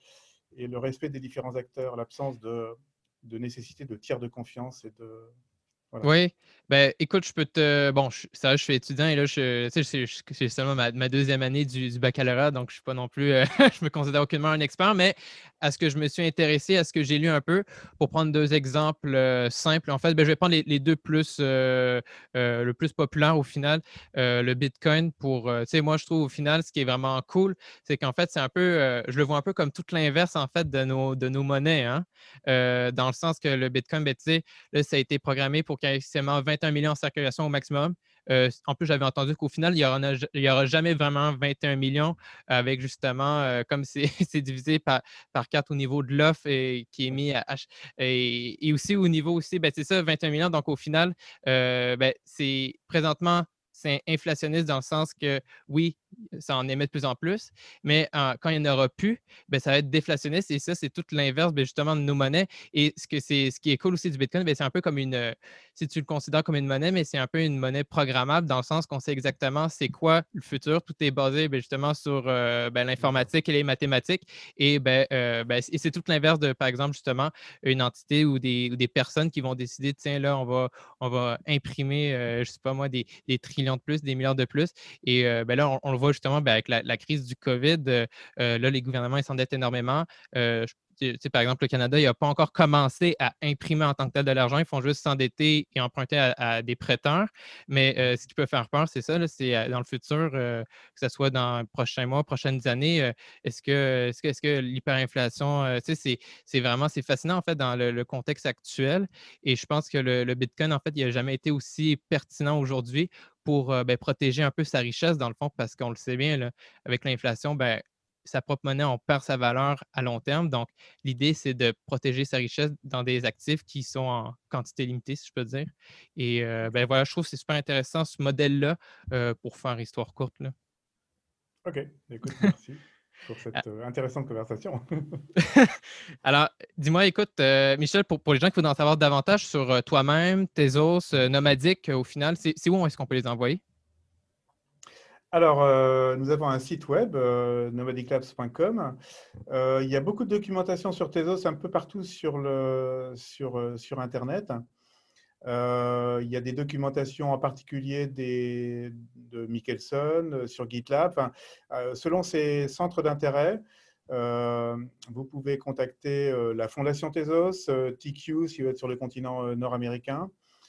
et le respect des différents acteurs, l'absence de, de nécessité de tiers de confiance et de... Voilà. Oui, ben écoute, je peux te. Bon, je, ça, je suis étudiant et là, je, tu sais, c'est je- c'est seulement ma, ma deuxième année du, du baccalauréat, donc je suis pas non plus, euh, je me considère aucunement un expert, mais à ce que je me suis intéressé, à ce que j'ai lu un peu, pour prendre deux exemples euh, simples. En fait, ben, je vais prendre les, les deux plus, euh, euh, le plus populaire au final, euh, le Bitcoin pour, euh, tu sais, moi, je trouve au final, ce qui est vraiment cool, c'est qu'en fait, c'est un peu, euh, je le vois un peu comme tout l'inverse, en fait, de nos, de nos monnaies, hein. Euh, dans le sens que le Bitcoin, ben, tu sais, là, ça a été programmé pour qu'il y ait seulement vingt et un millions en circulation au maximum. Euh, en plus, j'avais entendu qu'au final, il n'y aura, aura, jamais vraiment vingt et un millions avec justement, euh, comme c'est divisé par, par quatre au niveau de l'offre et qui est mis à H. Et, et aussi au niveau aussi, ben, c'est ça, vingt et un millions. Donc au final, euh, ben, c'est présentement, c'est inflationniste dans le sens que oui, ça en émet de plus en plus, mais euh, quand il n'y en aura plus, ben, ça va être déflationniste et ça, c'est tout l'inverse ben, justement de nos monnaies. Et ce, que c'est, ce qui est cool aussi du Bitcoin, ben, c'est un peu comme une, euh, si tu le considères comme une monnaie, mais c'est un peu une monnaie programmable dans le sens qu'on sait exactement c'est quoi le futur. Tout est basé ben, justement sur euh, ben, l'informatique et les mathématiques. Et, ben, euh, ben, et c'est tout l'inverse de, par exemple, justement, une entité ou des, ou des personnes qui vont décider, tiens, là, on va, on va imprimer, euh, je ne sais pas moi, des, des trillions de plus, des milliards de plus. Et euh, ben là, on, on le voit justement ben, avec la, la, crise du COVID. Euh, euh, là, les gouvernements ils s'endettent énormément. Euh, je tu sais, par exemple, le Canada, il n'a pas encore commencé à imprimer en tant que tel de l'argent. Ils font juste s'endetter et emprunter à, à des prêteurs. Mais euh, ce qui peut faire peur, c'est ça, c'est euh, dans le futur, euh, que ce soit dans les prochains mois, prochaines années, euh, est-ce que, est-ce que, est-ce que l'hyperinflation, euh, tu sais, c'est, c'est vraiment, c'est fascinant en fait dans le, le contexte actuel. Et je pense que le, le Bitcoin, en fait, il n'a jamais été aussi pertinent aujourd'hui pour euh, ben, protéger un peu sa richesse, dans le fond, parce qu'on le sait bien, là, avec l'inflation, ben, sa propre monnaie, on perd sa valeur à long terme. Donc, l'idée, c'est de protéger sa richesse dans des actifs qui sont en quantité limitée, si je peux dire. Et euh, ben voilà, je trouve que c'est super intéressant ce modèle-là euh, pour faire histoire courte, là. Ok, écoute, merci pour cette euh, intéressante conversation. Alors, dis-moi, écoute, euh, Michel, pour, pour les gens qui voudraient en savoir davantage sur euh, toi-même, Tezos, euh, Nomadic, euh, au final, c'est c'est où est-ce qu'on peut les envoyer? Alors, euh, nous avons un site web, euh, nomadic labs point com. Euh, il y a beaucoup de documentation sur Tezos un peu partout sur, le, sur, euh, sur Internet. Euh, il y a des documentations en particulier des, de Michelson euh, sur GitLab. Enfin, euh, selon ses centres d'intérêt, euh, vous pouvez contacter euh, la Fondation Tezos, euh, T Q si vous êtes sur le continent euh, nord-américain,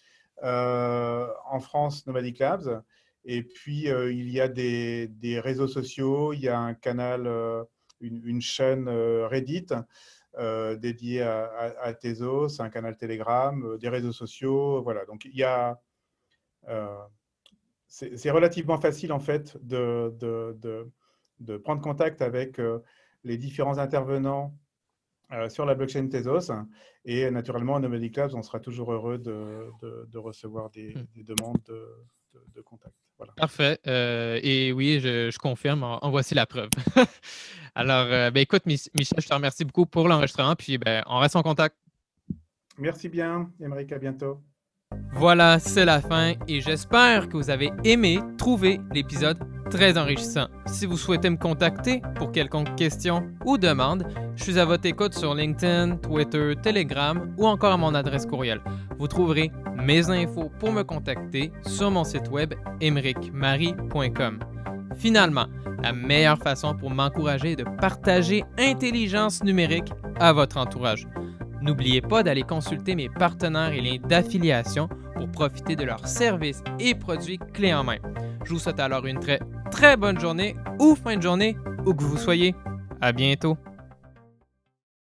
euh, en France, Nomadic Labs. Et puis, euh, il y a des, des réseaux sociaux, il y a un canal, euh, une, une chaîne euh, Reddit euh, dédié à, à, à Tezos, un canal Telegram, euh, des réseaux sociaux. Voilà, donc il y a. Euh, c'est relativement facile en fait de, de, de, de prendre contact avec euh, les différents intervenants euh, sur la blockchain Tezos. Et naturellement, à Nomadic Labs, on sera toujours heureux de, de, de recevoir des, Hmm. des demandes de, de, de contact. Voilà. Parfait. Euh, et oui, je, je confirme. En, en voici la preuve. Alors, euh, ben, écoute, Mich- Michel, je te remercie beaucoup pour l'enregistrement. Puis, ben, on reste en contact. Merci bien, Émeric, à bientôt. Voilà, c'est la fin et j'espère que vous avez aimé trouver l'épisode très enrichissant. Si vous souhaitez me contacter pour quelconque question ou demande, je suis à votre écoute sur LinkedIn, Twitter, Telegram ou encore à mon adresse courriel. Vous trouverez mes infos pour me contacter sur mon site web emeric marie point com. Finalement, la meilleure façon pour m'encourager est de partager intelligence numérique à votre entourage. N'oubliez pas d'aller consulter mes partenaires et liens d'affiliation pour profiter de leurs services et produits clés en main. Je vous souhaite alors une très, très bonne journée ou fin de journée, où que vous soyez. À bientôt!